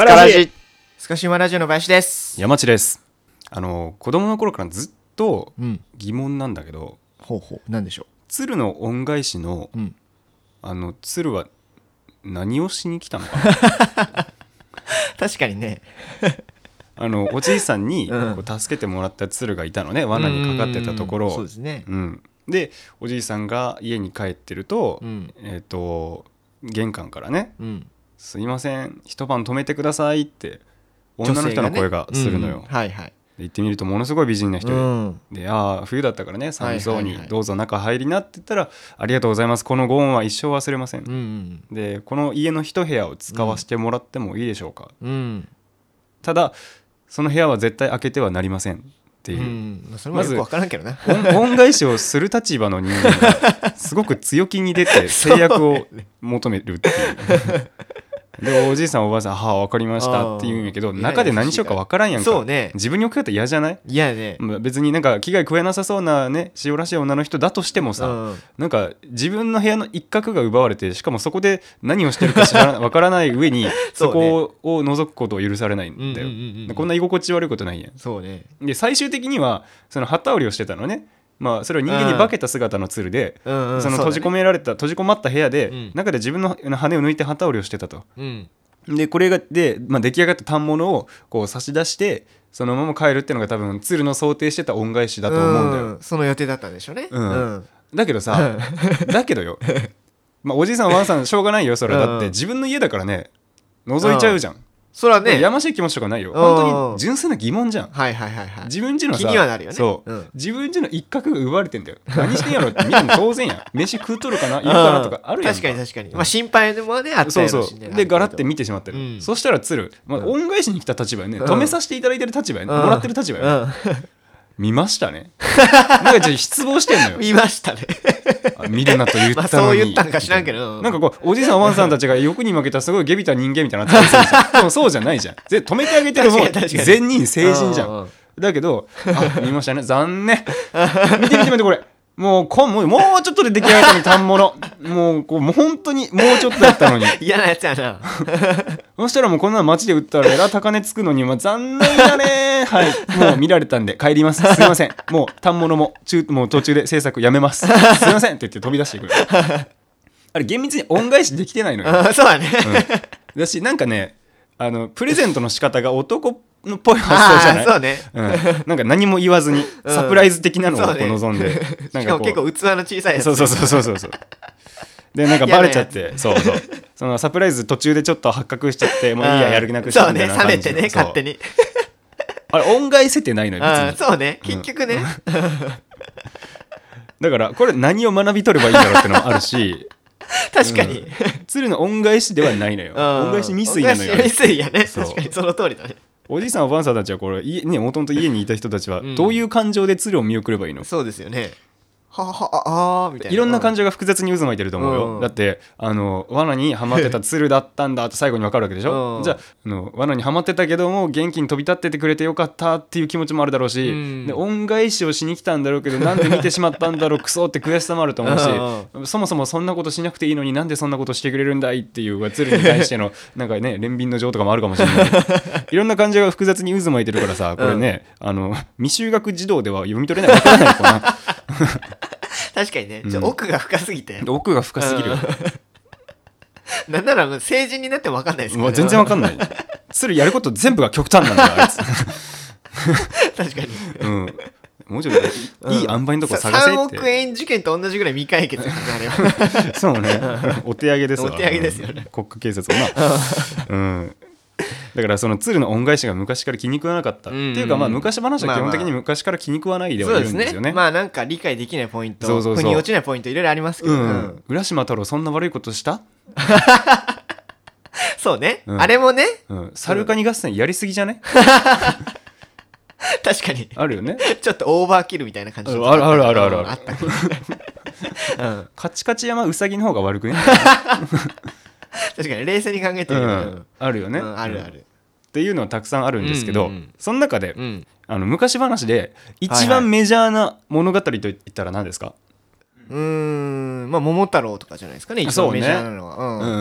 カラジスカシウマラジオの林です。 山地です。子供の頃からずっと疑問なんだけど、 ほうほう、なんでしょう。 鶴の恩返しの、鶴は何をしに来たのかな確かにねおじいさんにこう助けてもらった鶴がいたのね、罠にかかってたところ。 そうですね、 でおじいさんが家に帰ってると、玄関からね、すいません一晩泊めてくださいって女の人の声がするのよ、 はいはい。 で行ってみるとものすごい美人な人で、冬だったからね寒そうに、どうぞ中入りなって言ったら、ありがとうございます、このご恩は一生忘れません、でこの家の一部屋を使わせてもらってもいいでしょうか、ただその部屋は絶対開けてはなりませんっていう、 それもよく分からんけどな。 恩返しをする立場の人間がすごく強気に出て制約を求めるっていうでおじいさんおばあさん、はあ分かりましたって言うんやけど、中で何しようか分からんやんか。 そうね、 自分に置くやったら嫌じゃない？ 嫌ね。 別になんか危害加えなさそうなね塩らしい女の人だとしてもさ、なんか自分の部屋の一角が奪われて、しかもそこで何をしてるか分からない上にそこを覗くことを許されないんだよ、こんな居心地悪いことないやん。 そうね。で最終的にはその旗織りをしてたのね。それは人間に化けた姿の鶴で、その閉じ込まった部屋で、中で自分の羽を抜いて旗織りをしてたと、でこれがで、出来上がった反物をこう差し出してそのまま帰るっていうのが多分鶴の想定してた恩返しだと思うんだよ、 その予定だったんでしょうね、 だけどさだけどよ、おじいさんおばあさんしょうがないよそれは、だって自分の家だからね覗いちゃうじゃん、 それはね、 やましい気持ちとかないよ、本当に純粋な疑問じゃん。自分家のさ、 気にはなるよね。 そう、自分家の一角が奪われてんだよ。何してんやろって見ても当然やん。飯食うとるかな、いるかなとかあるやんか。 確かに、心配でもねあったやろしね。 でガラって見てしまってる、そしたら鶴、恩返しに来た立場やね、止めさせていただいてる立場やね、もらってる立場やね、見ましたね。なんかちょっと失望してんのよ。 見ましたね。 見るなと言ったのに。 そう言ったんか知らんけど、 なんかこうおじいさんおばあさんたちが欲に負けたすごい下びた人間みたいになってるんですよ。でもそうじゃないじゃん。止めてあげてる方善人聖人じゃん。だけど見ましたね、残念。見てこれ。もうちょっとで出来上がったのに反物。もう本当にもうちょっとやったのに。 嫌なやつやな。 そしたらもうこんなの街で売ったらえら高値つくのに、残念だね。はい、もう見られたんで帰ります。すいません。もう反物も途中で制作やめます。すいませんって言って飛び出していく。あれ厳密に恩返しできてないのよ。 そうだね。 だしなんかね、プレゼントの仕方が男っぽい発想じゃない？ そうね、 なんか何も言わずにサプライズ的なのをこう望んで、 しかも結構器の小さいやつ。 そうでなんかバレちゃって、そのサプライズ途中でちょっと発覚しちゃって、もういいややる気なくしたみたいな感じ。 冷めてね、勝手に。 あれ恩返せてないのよ別に。 そうね、結局ね。 だからこれ何を学び取ればいいんだろうってのもあるし。 確かに、 鶴の恩返しではないのよ。恩返し未遂なのよ。 未遂やね。確かにその通りだね。 おじいさんおばあさんたちはこれもともと家にいた人たちはどういう感情で鶴を見送ればいいの？ そうですよね。みたいな。 いろんな感情が複雑に渦巻いてると思うよ、だって罠にはまってた鶴だったんだって最後に分かるわけでしょ、じゃあ罠にはまってたけども元気に飛び立っててくれてよかったっていう気持ちもあるだろうし、で恩返しをしに来たんだろうけどなんで見てしまったんだろうクソって悔しさもあると思うし、そもそもそんなことしなくていいのになんでそんなことしてくれるんだいっていう鶴に対してのなんかね憐憫の情とかもあるかもしれないいろんな感情が複雑に渦巻いてるからさ、これね未就学児童では読み取れないわからないかな確かにね、奥が深すぎて。 奥が深すぎるよ。 なんなら成人になっても分かんないですからね。 全然分かんない。鶴やること全部が極端なんだよあいつ。 確かに。 もうちょっといい塩梅のとこ探せって。 3億円事件と同じぐらい未解決なんだあれは。 そうね。お手上げですわ。 お手上げですよね。 国家警察をな。だからその鶴の恩返しが昔から気に食わなかったっていうか、昔話は基本的に昔から気に食わないではいるんですよね。 なんか理解できないポイント、腑に落ちないポイントいろいろありますけど、 浦島太郎そんな悪いことした？ そうね、あれもね、 サルカニ合戦やりすぎじゃね？ 確かにあるよね。 ちょっとオーバーキルみたいな感じ。 あるあった。カチカチ山ウサギの方が悪くね？ 確かに冷静に考えてみる、 あるよね、 あるっていうのはたくさんあるんですけど、その中で、昔話で一番メジャーな物語といったら何ですか？ 桃太郎とかじゃないですかね、一番メジャーなのは。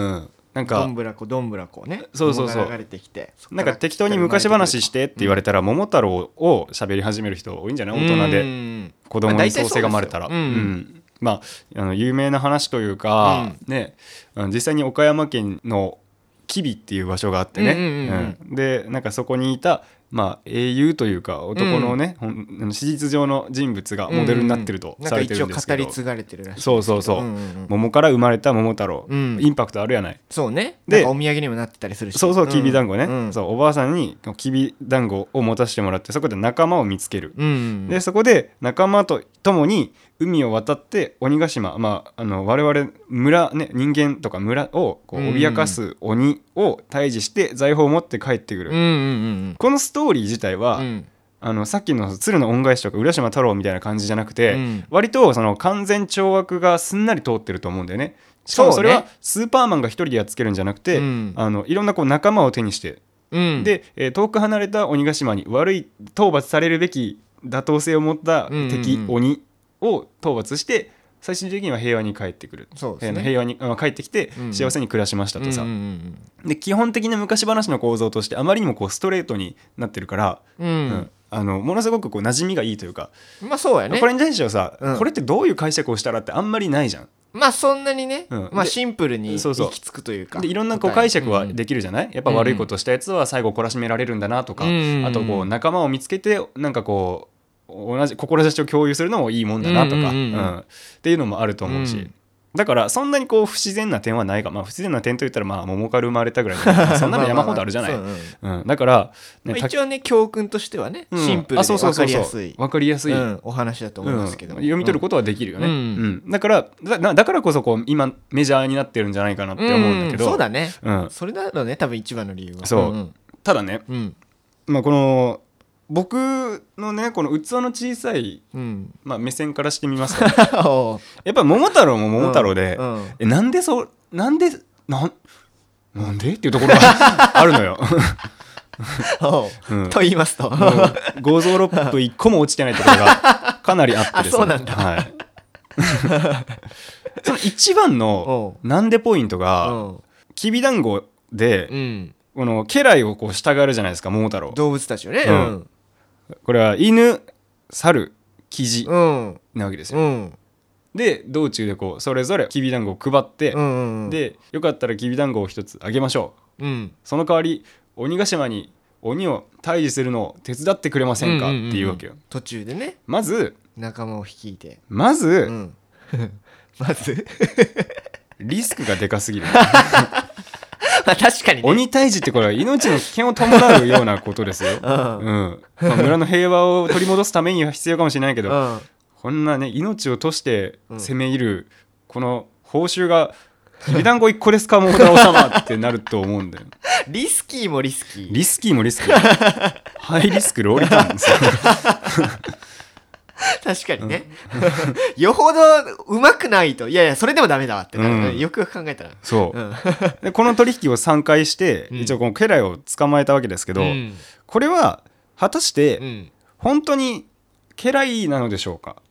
なんかどんぶらこどんぶらこね、 そうそうそう桃が流れてきて、 なんか適当に昔話してって言われたら、桃太郎を喋り始める人多いんじゃない？大人で子供に創世が生まれたら、まあ有名な話というか、ね、実際に岡山県の吉備っていう場所があってね、でなんかそこにいたまあ英雄というか男のね、史実上の人物がモデルになってるとされてるんですけど、 なんか一応語り継がれてるらしい。 そうそうそう、桃から生まれた桃太郎、インパクトあるやない。 そうね。 でなんかお土産にもなってたりするし。 そうそう、きびだんごね、そうおばあさんにきびだんごを持たせてもらって、そこで仲間を見つける、でそこで仲間と共に海を渡って鬼ヶ島、まあ、我々村ね、人間とか村をこう脅かす鬼を退治して財宝を持って帰ってくる、このストーリー自体は、さっきの鶴の恩返しとか浦島太郎みたいな感じじゃなくて、割とその完全懲悪がすんなり通ってると思うんだよね。しかもそれはスーパーマンが一人でやっつけるんじゃなくて、いろんなこう仲間を手にして、で、遠く離れた鬼ヶ島に悪い討伐されるべき妥当性を持った敵、鬼を討伐して最終的には平和に帰ってくる。そうですね、平和に帰ってきて幸せに暮らしましたとさ、で基本的な昔話の構造としてあまりにもこうストレートになってるから、ものすごくこう馴染みがいいというか、 まあそうやね。 これに対してはさ、これってどういう解釈をしたらってあんまりないじゃん。 まあそんなにね、まあシンプルに行き着くというか、 でいろんなこう解釈はできるじゃない。やっぱ悪いことしたやつは最後懲らしめられるんだなとか、あとこう仲間を見つけてなんかこう同じ志を共有するのもいいもんだなとか、っていうのもあると思うし、だからそんなにこう不自然な点はないが、まあ不自然な点といったらまあ桃から生まれたぐらいだそんなの山ほどあるじゃない。だから、 ね、一応ね教訓としてはね、シンプルで分かりやすい分かりやすい、 お話だと思いますけど、 読み取ることはできるよね、だからこそこう今メジャーになってるんじゃないかなって思うんだけど、 そうだね、それだろうね、多分一番の理由は。 そう、ただね、まあこの僕のねこの器の小さい、目線からしてみますと、やっぱ桃太郎も桃太郎で、なんでっていうところがあるのよ。 と言いますと五臓六腑一個も落ちてないところがかなりあってですね。 そうなんだ、 はい、その一番のなんでポイントがきびだんごで、この家来をこう従うじゃないですか、桃太郎。 動物たちよね、 これは犬、猿、キジなわけですよ、で道中でこうそれぞれきびだんごを配って、でよかったらきびだんごを一つあげましょう、その代わり鬼ヶ島に鬼を退治するのを手伝ってくれませんか、っていうわけよ。 途中でね、 まず仲間を率いてまずリスクがでかすぎる。 まあ確かにね、 鬼退治ってこれは命の危険を伴うようなことですよ、まあ、村の平和を取り戻すためには必要かもしれないけど、こんなね命を賭して攻め入る、この報酬がきびだんご1個ですか桃太郎様ってなると思うんだよ。 リスキーもリスキー、 リスキーもリスキーハイリスクローリターンですよ。 確かにね、よほどうまくないと、いやいやそれでもダメだわってなる、よくよく考えたら。 そう、でこの取引を3回して、一応この家来を捕まえたわけですけど、これは果たして本当に家来なのでしょうか。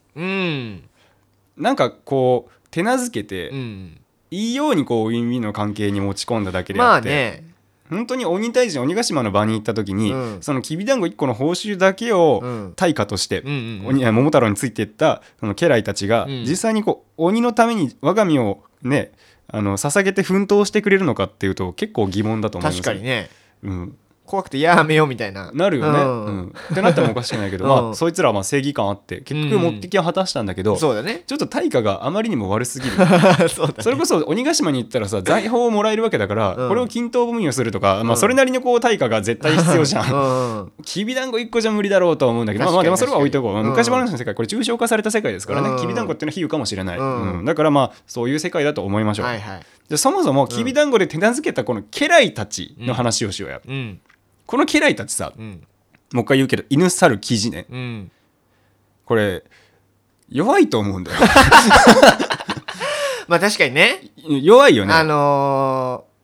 なんかこう手なずけて、いいようにこうウィンウィンの関係に持ち込んだだけであって、まあね、本当に鬼退治鬼ヶ島の場に行った時に、そのきびだんご1個の報酬だけを対価として、桃太郎についていったその家来たちが、実際にこう鬼のために我が身をね捧げて奮闘してくれるのかっていうと結構疑問だと思います。 確かにね、怖くてやめようみたいななるよね、ってなってもおかしくないけど、まあ、そいつらはまあ正義感あって結局目的は果たしたんだけど、 そうだね、 ちょっと対価があまりにも悪すぎる。そうだね、それこそ鬼ヶ島に行ったらさ財宝をもらえるわけだから、これを均等分与するとか、まあ、それなりにこう対価が絶対必要じゃん。きびだんご1個じゃ無理だろうとは思うんだけど、まあでもそれは置いとこう。昔話の世界これ抽象化された世界ですからね、きびだんごっていうのは比喩かもしれない、だからまあそういう世界だと思いましょう。でそもそもきびだんごで手なずけたこの家来たちの話をしようや。この家来たちさ、もう一回言うけど犬猿キジね、これ弱いと思うんだよ。 まあ確かにね、 弱いよね。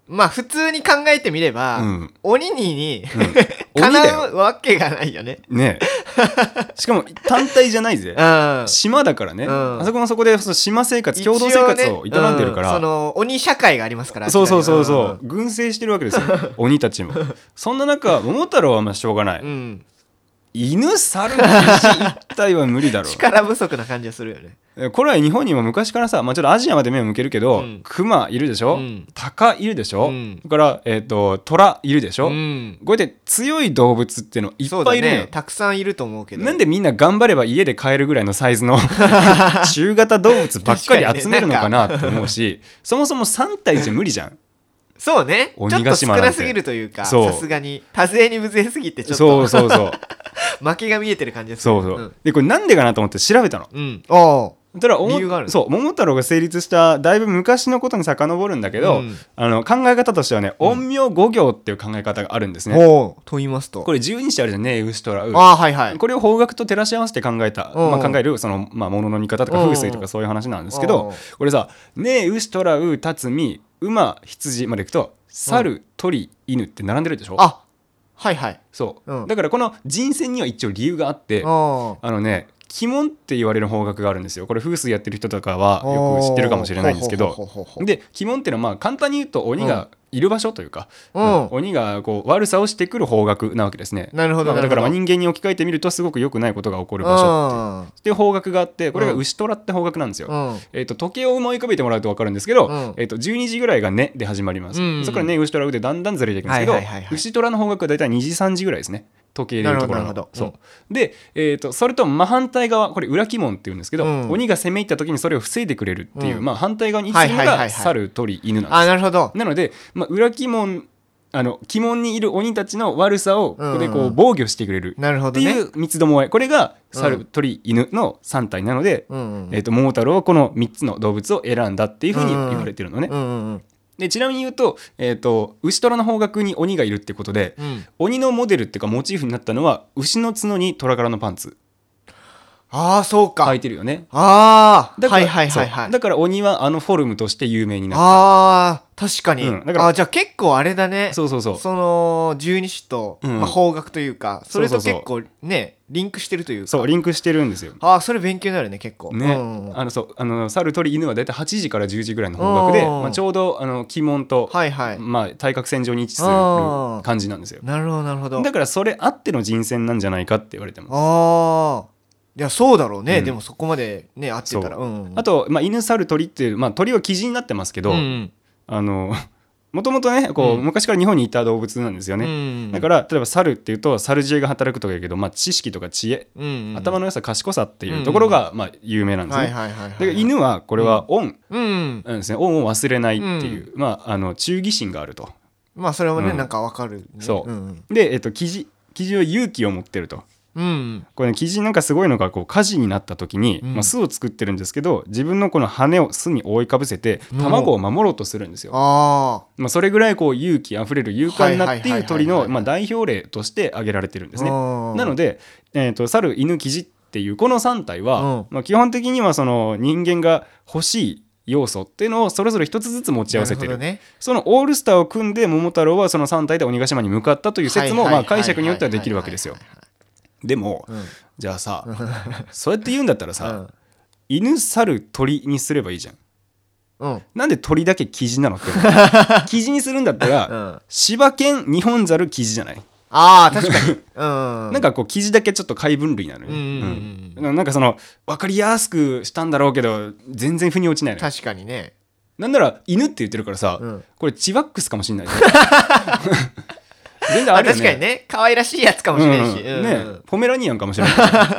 まあ普通に考えてみれば、鬼にかなうわけがないよね。 ねしかも単体じゃないぜ島だからね、あそこもそこで島生活共同生活を営んでるから、 その鬼社会がありますから。 そう群生してるわけですよ鬼たちも。そんな中桃太郎はまあしょうがない、犬猿一体は無理だろう力不足な感じがするよね。 これは日本にも昔からさ、ちょっとアジアまで目を向けるけど、熊いるでしょ、鷹いるでしょ、それから虎いるでしょ、こうやって強い動物っていうのいっぱいいるのよ、 たくさんいると思うけど、 なんでみんな頑張れば家で飼えるぐらいのサイズの中型動物ばっかり集めるのかなって思うし、そもそも3体じゃ無理じゃん。 そうね、ちょっと少なすぎるというか、さすがに多勢に無勢すぎてちょっとそう負けが見えてる感じです。 でこれなんでかなと思って調べたの。ただ理由がある。 そう桃太郎が成立しただいぶ昔のことに遡るんだけど、考え方としてはね、陰陽五行っていう考え方があるんですね。 と言いますと、 これ十二支あるじゃんね、ウシトラウ。これを方角と照らし合わせて考えた、考えるその物の見方とか風水とかそういう話なんですけど、これさね、ウシトラウタツミ馬羊までいくと猿鳥犬って並んでるでしょ。そう、だからこの人選には一応理由があって、鬼門って言われる方角があるんですよ。これ風水やってる人とかはよく知ってるかもしれないんですけど、で鬼門っていうのはまあ簡単に言うと鬼がいる場所というか、鬼がこう悪さをしてくる方角なわけですね。 なるほど。 だからまあ人間に置き換えてみるとすごく良くないことが起こる場所っていう方角があって、これが牛虎って方角なんですよ。時計を思い浮かべてもらうと分かるんですけど、12時ぐらいがねで始まります。そこからね牛虎うでだんだんずれていくんですけど、牛虎の方角はだいたい2時3時ぐらいですね、時計でいうところの。そうで、それと真反対側、これ裏鬼門っていうんですけど、鬼が攻め入った時にそれを防いでくれるっていう、まあ反対側に位置するのが猿鳥犬なんです。 なるほど。 なので、裏鬼門鬼門にいる鬼たちの悪さをここでこう防御してくれるっていう三つどもえ、これが猿鳥犬の3体なので、桃太郎はこの3つの動物を選んだっていうふうに言われてるのね。でちなみに言うと、牛虎の方角に鬼がいるってことで、鬼のモデルっていうかモチーフになったのは牛の角に虎柄のパンツ。 そうか、 履いてるよね。 だから鬼はあのフォルムとして有名になった。 確かに、じゃあ結構あれだね。その十二支と、方角というか、それと結構ねリンクしてるというか。 そうリンクしてるんですよ。 それ勉強になるね結構ね。猿鳥犬はだいたい8時から10時ぐらいの方角で、ちょうど鬼門と、対角線上に位置する感じなんですよ。 なるほどなるほど。 だからそれあっての人選なんじゃないかって言われてます。 いやそうだろうね、でもそこまでね合ってたら。 あと、犬猿鳥っていう、鳥は鬼神になってますけど、もともとねこう、昔から日本にいた動物なんですよね。だから例えば猿っていうと猿知恵が働くとか言うけど、知識とか知恵、頭の良さ賢さっていうところが、有名なんですね。だから犬はこれは恩なんですね。恩を忘れないっていう、忠義心があると。 それはね、なんかわかる、ね。 そうで鬼神は勇気を持ってると。これね、鬼神なんかすごいのがこう火事になった時に、巣を作ってるんですけど、自分のこの羽を巣に覆いかぶせて卵を守ろうとするんですよ。それぐらいこう勇気あふれる勇敢なっていう鳥の代表例として挙げられてるんですね。なので、猿犬キジっていうこの3体は、基本的にはその人間が欲しい要素っていうのをそれぞれ一つずつ持ち合わせてる。そのオールスターを組んで桃太郎はその3体で鬼ヶ島に向かったという説も解釈によってはできるわけですよ。でも、じゃあさそうやって言うんだったらさ、犬猿鳥にすればいいじゃん。なんで鳥だけキジなのってキジにするんだったら、柴犬ニホンザルキジじゃない。 確かになんかこうキジだけちょっと怪分類なのよ。なんかその分かりやすくしたんだろうけど全然腑に落ちないのよ。 確かにね。 なんなら犬って言ってるからさ、これチワックスかもしんない全然あるよね。 確かにね、可愛らしいやつかもしれないし、 ポメラニアンかもしれない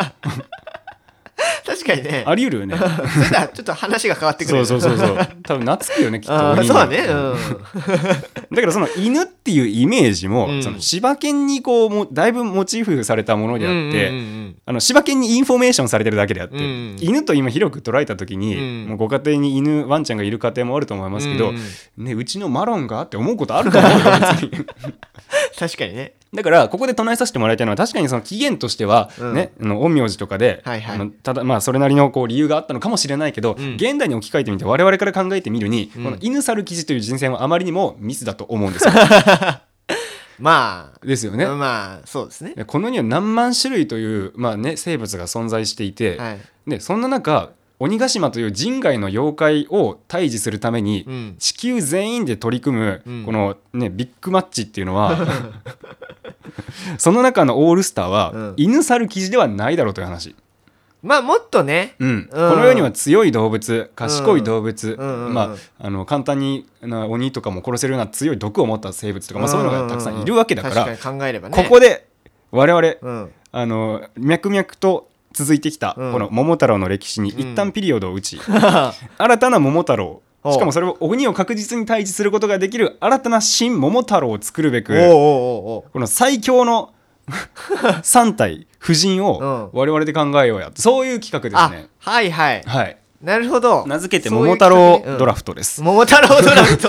確かにね、 あり得るよね。 それだちょっと話が変わってくる。 そう多分懐くよねきっと。 そうだね。 だからその犬っていうイメージも、その柴犬にこうもだいぶモチーフされたものであって、柴犬にインフォメーションされてるだけであって、犬と今広く捉えた時に、もうご家庭に犬ワンちゃんがいる家庭もあると思いますけど、うちのマロンがって思うことあると思うよ別に。 確かにね。 だからここで唱えさせてもらいたいのは、確かにその起源としてはね、陰陽師とかで、 はいはい、 ただまあそれなりのこう理由があったのかもしれないけど、現代に置き換えてみて我々から考えてみるに、この犬猿記事という人選はあまりにもミスだと思うんですよまあですよね。 まあそうですね。 この世には何万種類という、まあね、生物が存在していて、 はい、 でそんな中鬼ヶ島という人外の妖怪を退治するために、地球全員で取り組む、この、ね、ビッグマッチっていうのはその中のオールスターは、犬猿記事ではないだろうという話。 まあもっとね、 この世には強い動物、賢い動物、まあ、簡単に鬼とかも殺せるような強い毒を持った生物とか、そういうのがたくさんいるわけだから、 確かに考えればね、 ここで我々、脈々と続いてきたこの桃太郎の歴史に一旦ピリオドを打ち、新たな桃太郎、しかもそれを鬼を確実に退治することができる新たな新桃太郎を作るべく、この最強の3体夫人を我々で考えようや、そういう企画ですね。 はいはい、 はい、 なるほど。 名付けて桃太郎ドラフトです。 桃太郎ドラフト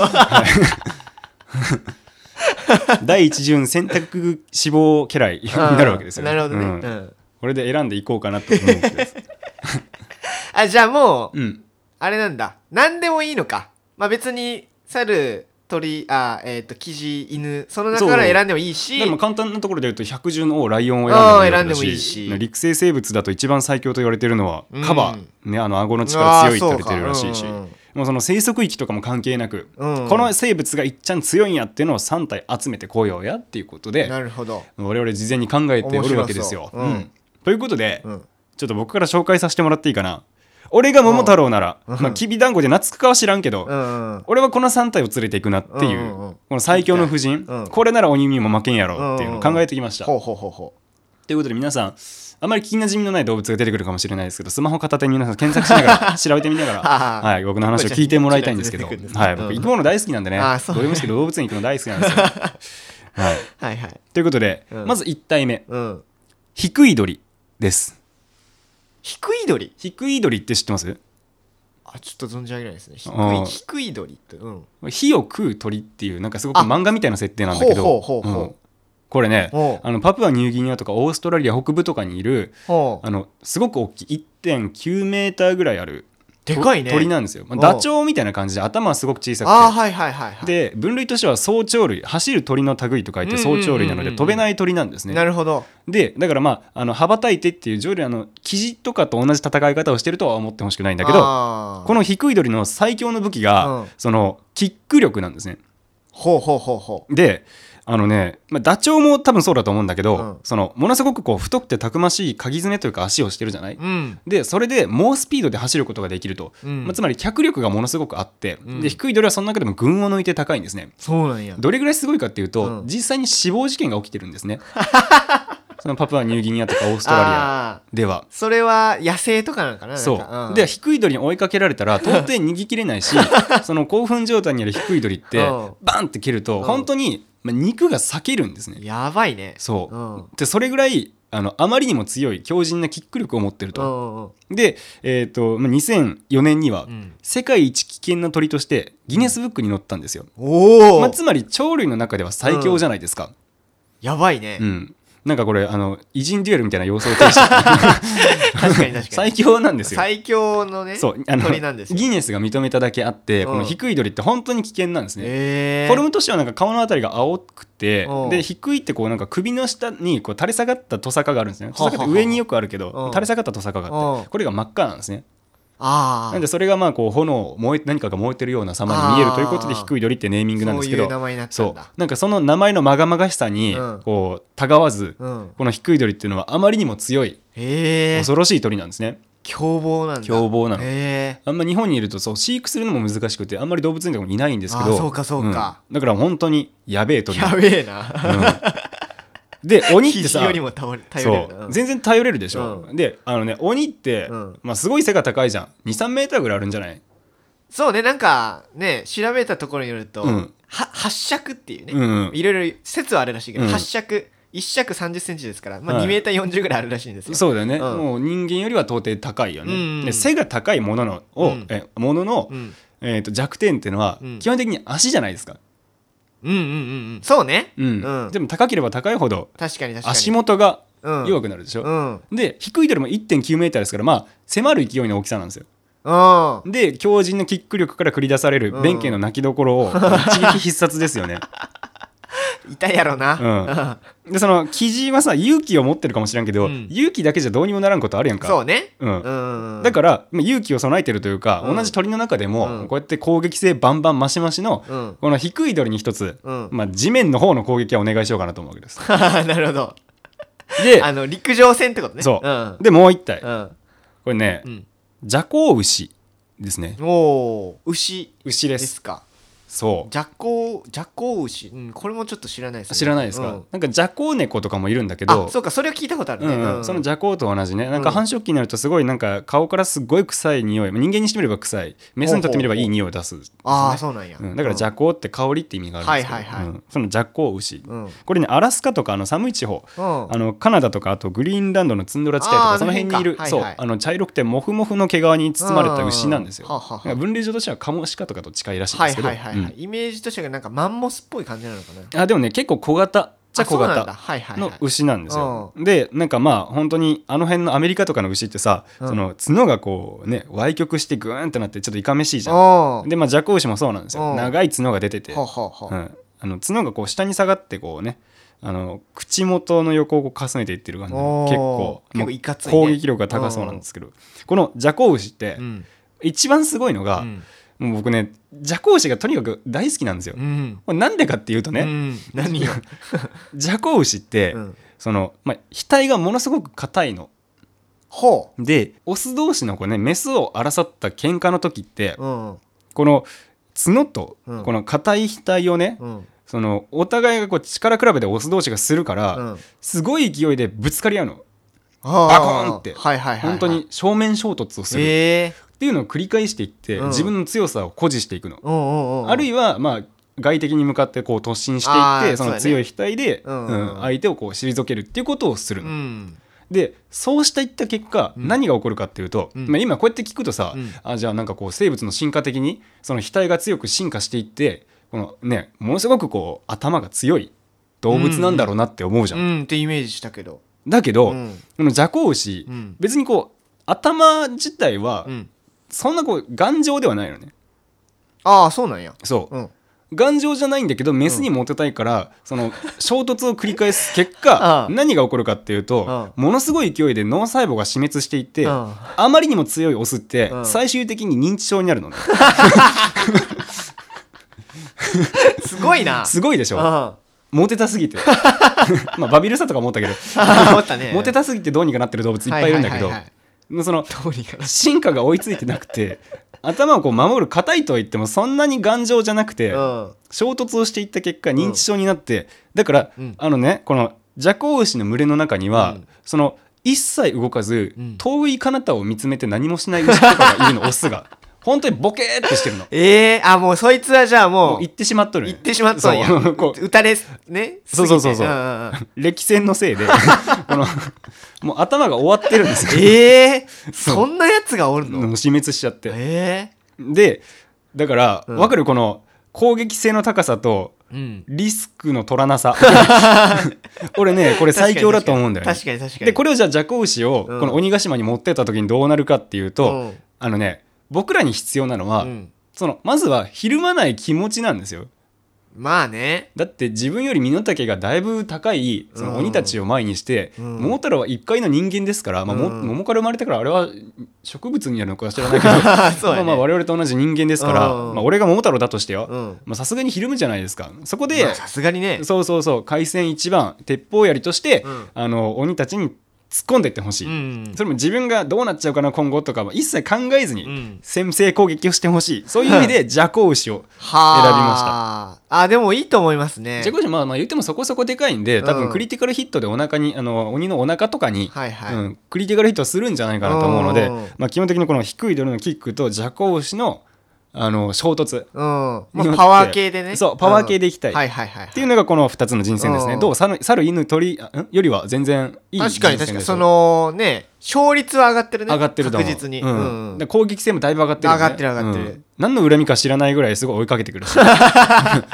第一順選択志望家来になるわけですよね。 なるほどね、 これで選んでいこうかなと思うんですじゃあもう、あれなんだ、何でもいいのか。まあ別に猿鳥キジ犬、その中から選んでもいいし、 でも簡単なところで言うと百獣の王ライオンを選んでもいいし、陸生生物だと一番最強と言われているのはカバ、ね、顎の力強いって言われてるらしいし、もうその生息域とかも関係なく、この生物がいっちゃん強いんやっていうのを3体集めてこようやっていうことで、 なるほど、 我々事前に考えておるわけですよ。ということで、ちょっと僕から紹介させてもらっていいかな。俺が桃太郎なら、きびだんごで懐くかは知らんけど、俺はこの3体を連れていくなっていう、この最強の夫人、これなら鬼にも負けんやろっていうのを考えてきました。ということで皆さん、あまり聞きなじみのない動物が出てくるかもしれないですけど、スマホ片手に皆さん検索しながら調べてみながらはい、僕の話を聞いてもらいたいんですけど、はい、僕生き物大好きなんでね、どうでもいいですけど動物園行くの大好きなんですよはい、ということで、まず1体目、ヒクイドリです。 ヒクイドリ、 ヒクイドリって知ってます？ ちょっと存じ上げないですね。ヒクイドリって、 火を食う鳥っていう、なんかすごく漫画みたいな設定なんだけど、これね、パプアニューギニアとかオーストラリア北部とかにいるすごく大きい 1.9 メーターぐらいあるでかいね鳥なんですよ。ダチョウみたいな感じで頭はすごく小さくて、で分類としては走鳥類、走る鳥の類と書いて走鳥類なので飛べない鳥なんですね。 なるほど。 でだから羽ばたいてっていう条例キジとかと同じ戦い方をしてるとは思ってほしくないんだけど、このヒクイドリの最強の武器が、そのキック力なんですね。でダチョウも多分そうだと思うんだけど、そのものすごくこう太くてたくましいかぎ爪というか足をしてるじゃない、でそれで猛スピードで走ることができると、つまり脚力がものすごくあって、で低い鳥はその中でも群を抜いて高いんですね。 そうなんや。 どれぐらいすごいかっていうと、実際に死亡事件が起きてるんですねそのパプアニューギニアとかオーストラリアでは。 それは野生とかなのかな。 そうで低い鳥に追いかけられたら到底逃げきれないしその興奮状態にある低い鳥ってバンって蹴ると本当に肉が裂けるんですね。 やばいね。 そう、でそれぐらいあまりにも強い強靭なキック力を持ってると。で、2004年には世界一危険な鳥としてギネスブックに載ったんですよ。つまり鳥類の中では最強じゃないですか。 やばいね。 なんかこれ偉人デュエルみたいな様相を呈して確かに最強なんですよ。 最強のね鳥なんですよ。 ギネスが認めただけあって、このヒクイドリって本当に危険なんですね。フォルムとしてはなんか顔のあたりが青くて、で低いってこうなんか首の下にこう垂れ下がったトサカがあるんですね。トサカって上によくあるけど垂れ下がったトサカがあって、これが真っ赤なんですね。なんでそれがこう炎何かが燃えてるような様に見えるということでヒクイドリってネーミングなんですけど、 そういう名前になったんだ。 なんかその名前のまがまがしさにこうたがわず、このヒクイドリっていうのはあまりにも強い恐ろしい鳥なんですね。 凶暴なんだ。 凶暴なの。あんま日本にいると飼育するのも難しくてあんまり動物園でもいないんですけど、 そうかそうか、 だから本当にやべえ鳥。 やべえな、 で鬼ってさ、全然頼れるでしょ。で鬼ってすごい背が高いじゃん。 2,3 メーターぐらいあるんじゃない？ そうね、なんかね調べたところによると八尺っていうね、いろいろ説はあるらしいけど、八尺1尺30センチですから、2メーター40ぐらいあるらしいんですよ。 そうだよね、もう人間よりは到底高いよね。で背が高いものの弱点っていうのは基本的に足じゃないですか。 うんうんうんうんそうねうんでも高ければ高いほど確かに確かに足元が弱くなるでしょ、で低いドルも 1.9 メーターですからまあ迫る勢いの大きさなんですよ。で強靭なキック力から繰り出される弁慶の泣きどころを一撃必殺ですよね。 痛いやろな、 でそのキジはさ勇気を持ってるかもしれんけど、勇気だけじゃどうにもならんことあるやんか。 そうね、 だから勇気を備えてるというか、同じ鳥の中でもこうやって攻撃性バンバンマシマシの、この低い鳥に一つ、地面の方の攻撃はお願いしようかなと思うわけです。 なるほど。 で陸上戦ってことね。 そう、でもう一体、これね、ジャコウウシですね。 牛ですか。 そうジャコウウシ、これもちょっと知らないですね。 知らないですか、なんかジャコウネコとかもいるんだけど、 そうかそれを聞いたことあるね、 そのジャコウと同じね、なんか繁殖期になるとすごいなんか顔からすごい臭い匂い、人間にしてみれば臭い、メスにとってみればいい匂いを出すですね。 そうなんや、 だからジャコウって香りって意味があるんですけど、そのジャコウウシ、これねアラスカとか寒い地方、カナダとかあとグリーンランドのツンドラ地帯とかその辺にいる、茶色くてモフモフの毛皮に包まれた牛なんですよ。分類上としてはカモシカとかと近いらしいんですけど、 イメージとしてはなんかマンモスっぽい感じなのかな。 でもね結構小型小型の牛なんですよ。でなんか本当にあの辺のアメリカとかの牛ってさ、その角がこうね歪曲してグーンってなってちょっといかめしいじゃん。でジャコウウシもそうなんですよ。長い角が出てて、角がこう下に下がってこうね口元の横を重ねていってる感じで結構いかついね、 攻撃力が高そうなんですけど、このジャコウウシって一番すごいのが、もう僕ねジャコウウシがとにかく大好きなんですよ。なんでかっていうとね、 何よジャコウウシって、その額がものすごく硬いの。でオス同士のメスを争った喧嘩の時って、この角とこの硬い額をね、そのお互いがこう力比べでオス同士がするから、すごい勢いでぶつかり合うの。バコーンって本当に正面衝突をするっていうのを繰り返していって、自分の強さを誇示していくの。あるいは外敵に向かってこう突進していって、その強い額で相手をこう退けるっていうことをするの。でそうしたいった結果、何が起こるかっていうと、今こうやって聞くとさ、じゃあなんかこう生物の進化的にその額が強く進化していって、このねものすごくこう頭が強い動物なんだろうなって思うじゃん。 ってイメージしたけど。 だけど、このジャコウウシ、別にこう頭自体はそんなこう頑丈ではないのね。 そうなんや。 そう、頑丈じゃないんだけどメスにモテたいから、その衝突を繰り返す結果何が起こるかっていうと、ものすごい勢いで脳細胞が死滅していって、あまりにも強いオスって最終的に認知症になるのね。 すごいな。 すごいでしょ。モテたすぎてバビルサとか思ったけどモテたすぎてどうにかなってる動物いっぱいいるんだけど、その進化が追いついてなくて、頭をこう守る硬いとは言ってもそんなに頑丈じゃなくて、衝突をしていった結果認知症になって、だからこのジャコウウシの群れの中には、その一切動かず遠い彼方を見つめて何もしない牛とかがいるの。オスが本当にボケーってしてるの。 もうそいつはじゃあもう行ってしまっとる。 行ってしまっとんや。撃たれね。 そう歴戦のせいでもう頭が終わってるんですよ。 そんなやつがおるの？ 死滅しちゃって。でだから分かる、この攻撃性の高さとリスクの取らなさ。俺ねこれ最強だと思うんだよね。 確かに。 でこれをじゃあジャコウウシをこの鬼ヶ島に持ってった時にどうなるかっていうと、僕らに必要なのは、そのまずはひるまない気持ちなんですよ。 まあね。 だって自分より身の丈がだいぶ高いその鬼たちを前にして、桃太郎は一介の人間ですから、桃から生まれたからあれは植物になるのか知らないけど我々と同じ人間ですから、俺が桃太郎だとしてよ、さすがにひるむじゃないですか。そこでさすがにね、 そう海戦一番鉄砲槍として、鬼たちに突っ込んでいってほしい、それも自分がどうなっちゃうかな今後とかは一切考えずに先制攻撃をしてほしい、そういう意味でジャコウウシを選びました。 でもいいと思いますね。 ジャコウウシ言ってもそこそこでかいんで、多分クリティカルヒットでお腹に鬼のお腹とかに、クリティカルヒットするんじゃないかなと思うので、基本的にこの低いドルのキックとジャコウウシの衝突、 パワー系でね。 そうパワー系でいきたいっていうのがこの2つの人選ですね。どう猿犬鳥よりは全然いい人選です。 確かにそのね勝率は上がってるね。 上がってると思う。 確実に、 攻撃性もだいぶ上がってる、 上がってる。 何の恨みか知らないぐらいすごい追いかけてくるし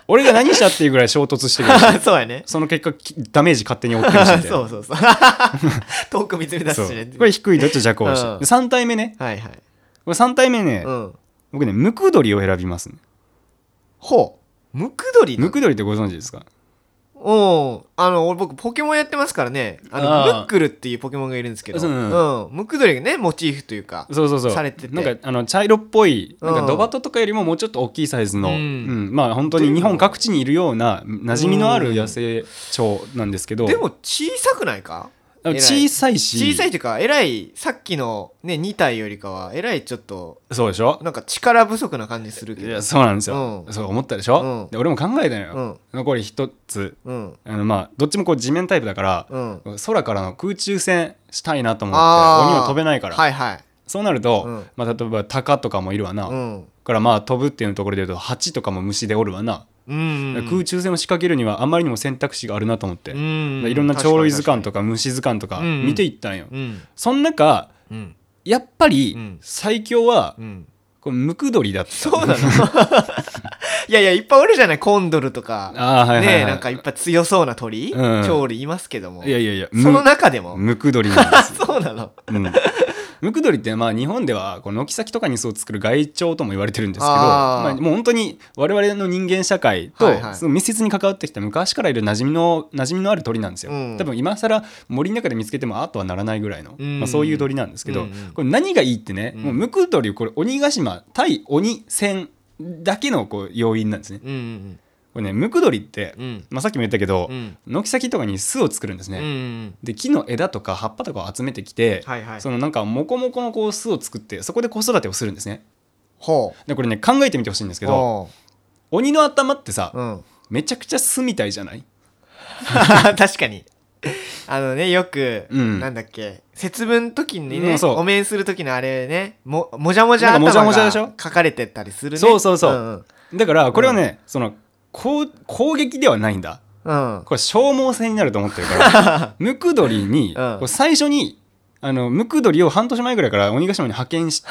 俺が何したっていうぐらい衝突してくるしそうやね。 その結果ダメージ勝手に負ってるしみたいなそう遠く見つめ出すしね。 これ低い土地弱押し、で3体目ね、 はいはい。 これ3体目ね、僕ねムクドリを選びますね。 ほう、ムクドリムクドリってご存知ですか？ 俺僕ポケモンやってますからね。ムックルっていうポケモンがいるんですけど、ムクドリがねモチーフというかそうされてて、 なんか茶色っぽいなんかドバトとかよりももうちょっと大きいサイズの、まあ本当に日本各地にいるような馴染みのある野生鳥なんですけど、 でも小さくないか？ 小さいし小さいというかえらいさっきのね2体よりかはえらいちょっとそうでしょ、 なんか力不足な感じするけど。 いやそうなんですよ、そう思ったでしょ、で俺も考えたのよ、残り一つ、まあどっちもこう地面タイプだから、空からの空中戦したいなと思って、鬼は飛べないから、 はいはい、 そうなると、まあ、例えばタカとかもいるわな、からまあ飛ぶっていうところでいうとハチとかも虫でおるわな、空中戦を仕掛けるにはあまりにも選択肢があるなと思って、いろんな鳥類図鑑とか虫図鑑とか見ていったんよ、その中、やっぱり最強は、これムクドリだった。 そうなのいやいやいっぱいおるじゃない、コンドルとかね、なんかいっぱい強そうな鳥、鳥類いますけども、 いやいやいやその中でもムクドリなんですそうなの、 ムクドリってまあ日本ではこの軒先とかに巣を作る害鳥とも言われてるんですけど、まあ、もう本当に我々の人間社会とその密接に関わってきた昔からいる馴染みのある鳥なんですよ、多分今更森の中で見つけてもあとはならないぐらいの、まあ、そういう鳥なんですけど、これ何がいいってね、もうムクドリこれ鬼ヶ島対鬼戦だけのこう要因なんですね、これねムクドリって、まあ、さっきも言ったけど、軒先とかに巣を作るんですね、で木の枝とか葉っぱとかを集めてきて、そのなんかモコモコのこう巣を作ってそこで子育てをするんですね。でこれね考えてみてほしいんですけど、鬼の頭ってさ、めちゃくちゃ巣みたいじゃない？ 確かによく、なんだっけ、節分の時にね、お面する時のあれね、もじゃもじゃ頭が書かれてたりするね。 そうだからこれはね、その攻撃ではないんだ、これ消耗戦になると思ってるからムクドリに、これ最初にムクドリを半年前ぐらいから鬼ヶ島に派遣して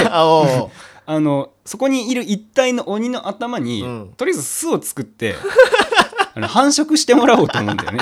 そこにいる一体の鬼の頭に、とりあえず巣を作って繁殖してもらおうと思うんだよね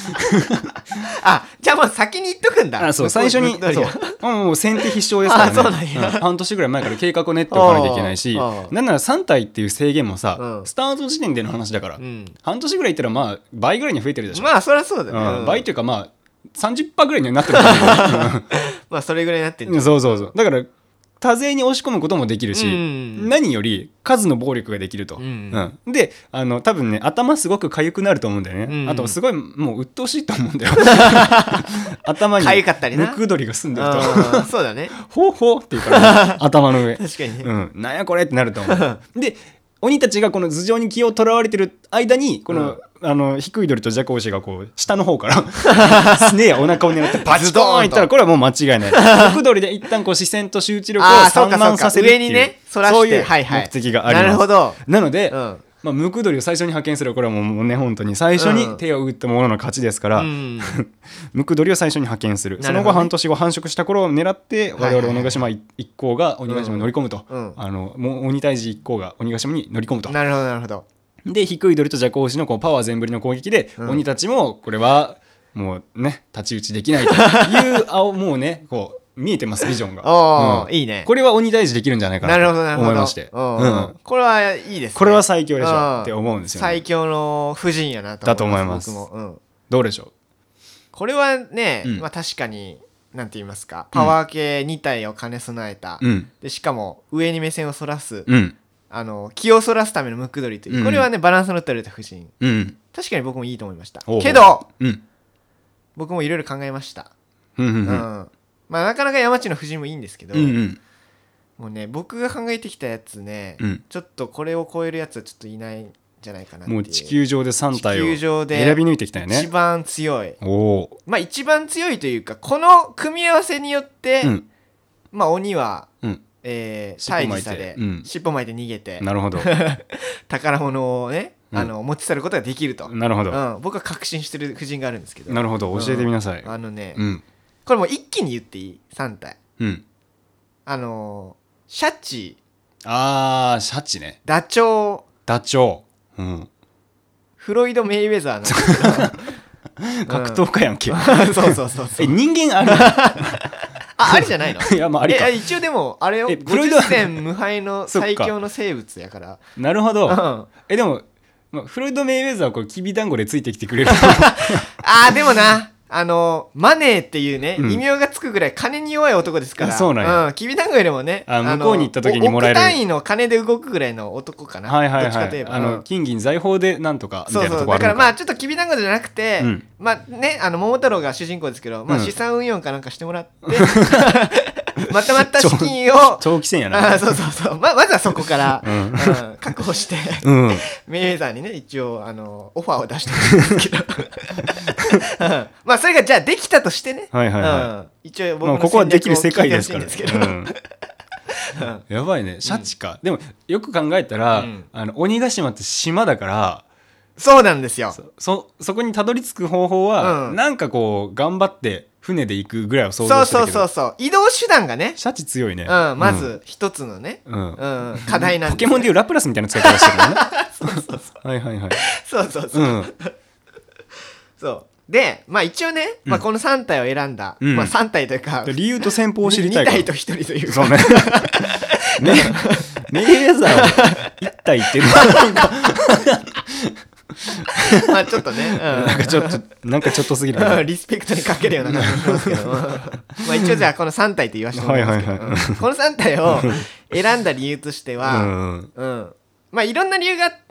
じゃあもう先に言っとくんだ。 そう最初にもう先手必勝ですからね、半年ぐらい前から計画を練っておかなきゃいけないし、なんなら3体っていう制限もさ、スタート時点での話だから、半年ぐらいいったらまあ倍ぐらいに増えてるでしょ。 まあそりゃそうだよね、 倍というかまあ 30% ぐらいにはなってるまあそれぐらいになってる。 そうだから多勢に押し込むこともできるし、何より数の暴力ができると、で多分ね頭すごく痒くなると思うんだよね、あとすごいもう鬱陶しいと思うんだよ頭にムクドリが住んでるとそうだねほうほうっていうから、ね、頭の上確かにね、 なんやこれってなると思うで鬼たちがこの頭上に気をとらわれてる間にこの、低い鳥とジャコウシがこう下の方からスネアお腹を狙ってバチドーンいったらこれはもう間違いないムクドリで一旦こう視線と集中力を散漫させるっていう、 上にねそらして、 そういう目的があります。 なるほど。 なので、まあ、ムクドリを最初に派遣するこれはもうね本当に最初に手を打った者の勝ちですから、ムクドリを最初に派遣する、その後半年後繁殖した頃を狙って我々鬼ヶ島一行が鬼ヶ島に乗り込むと、もう鬼退治一行が鬼ヶ島に乗り込むと。 なるほどなるほど。 で低い鳥とジャコウシのこうパワー全振りの攻撃で、鬼たちもこれはもうね太刀打ちできないというもうねこう見えてますビジョンが。いいね。これは鬼退治できるんじゃないかなと思いまして、これはいいですね。 これは最強でしょって思うんですよね。 最強の布陣やなと思います。僕も、どうでしょう。 これはね、まあ確かになんて言いますか、パワー系2体を兼ね備えた、でしかも上に目線をそらす、気をそらすためのムクドリという、これはねバランスの取れた布陣、確かに僕もいいと思いました。けど、僕もいろいろ考えました。まあなかなか山地の布陣もいいんですけど、もうね僕が考えてきたやつね、ちょっとこれを超えるやつはちょっといないんじゃないかなっていう。 もう地球上で3体を選び抜いてきたよね。 一番強い。まあ一番強いというかこの組み合わせによって、まあ鬼は、退治され、尻尾巻いて逃げて、 なるほど宝物をね持ち去ることができると。なるほど、 僕は確信してる布陣があるんですけど。 なるほど、教えてみなさい。 これもう一気に言っていい？3体。シャチ。 シャチね。 ダチョウ。 ダチョウ。 フロイド・メイウェザーなんですけど格闘家やんけ、 そうそうそうそう人間あるありじゃないの？ いやまあありか。 一応でもあれよ、50戦無敗の最強の生物やからなるほど、でも、フロイド・メイウェザーはこれきびだんごでついてきてくれるでもなマネーっていうね、異名がつくぐらい金に弱い男ですから。 そうなんや。 きびだんごよりもね、 向こうに行った時にもらえる億単位の金で動くぐらいの男かな。 はいはいはい。 どっちかといえば金銀財宝でなんとかみたいなとこあるのか。 だからまあちょっときびだんごじゃなくて、まあね、桃太郎が主人公ですけど、まあ資産運用かなんかしてもらってまとまった資金を長期戦やな。 そうそうそう、まずはそこから確保してメイウェザーにね一応オファーを出してるんですけどまあそれがじゃあできたとしてね、一応僕のここはできる世界ですからね。 やばいね、シャチか。でもよく考えたら鬼ヶ島って島だから、 そうなんですよ。 そこにたどり着く方法はなんかこう頑張って船で行くぐらいを想像してたけど、 そう移動手段がね、 シャチ強いね。 まず一つのね課題なんです。 ポケモンでいうラプラスみたいな使い方してるのね。はいはいはい。 そうで、まあ一応ね、この3体を選んだ、まあ3体というか理由と戦法を知りたいから 2体と1人というか、 そうねメイウェザーを1体っていうのはまあちょっとね、 なんかちょっとすぎるリスペクトに欠けるような感じしますけどまあ一応じゃあこの3体と言わせてもらいますけど、この3体を選んだ理由としては、まあいろんな理由があって、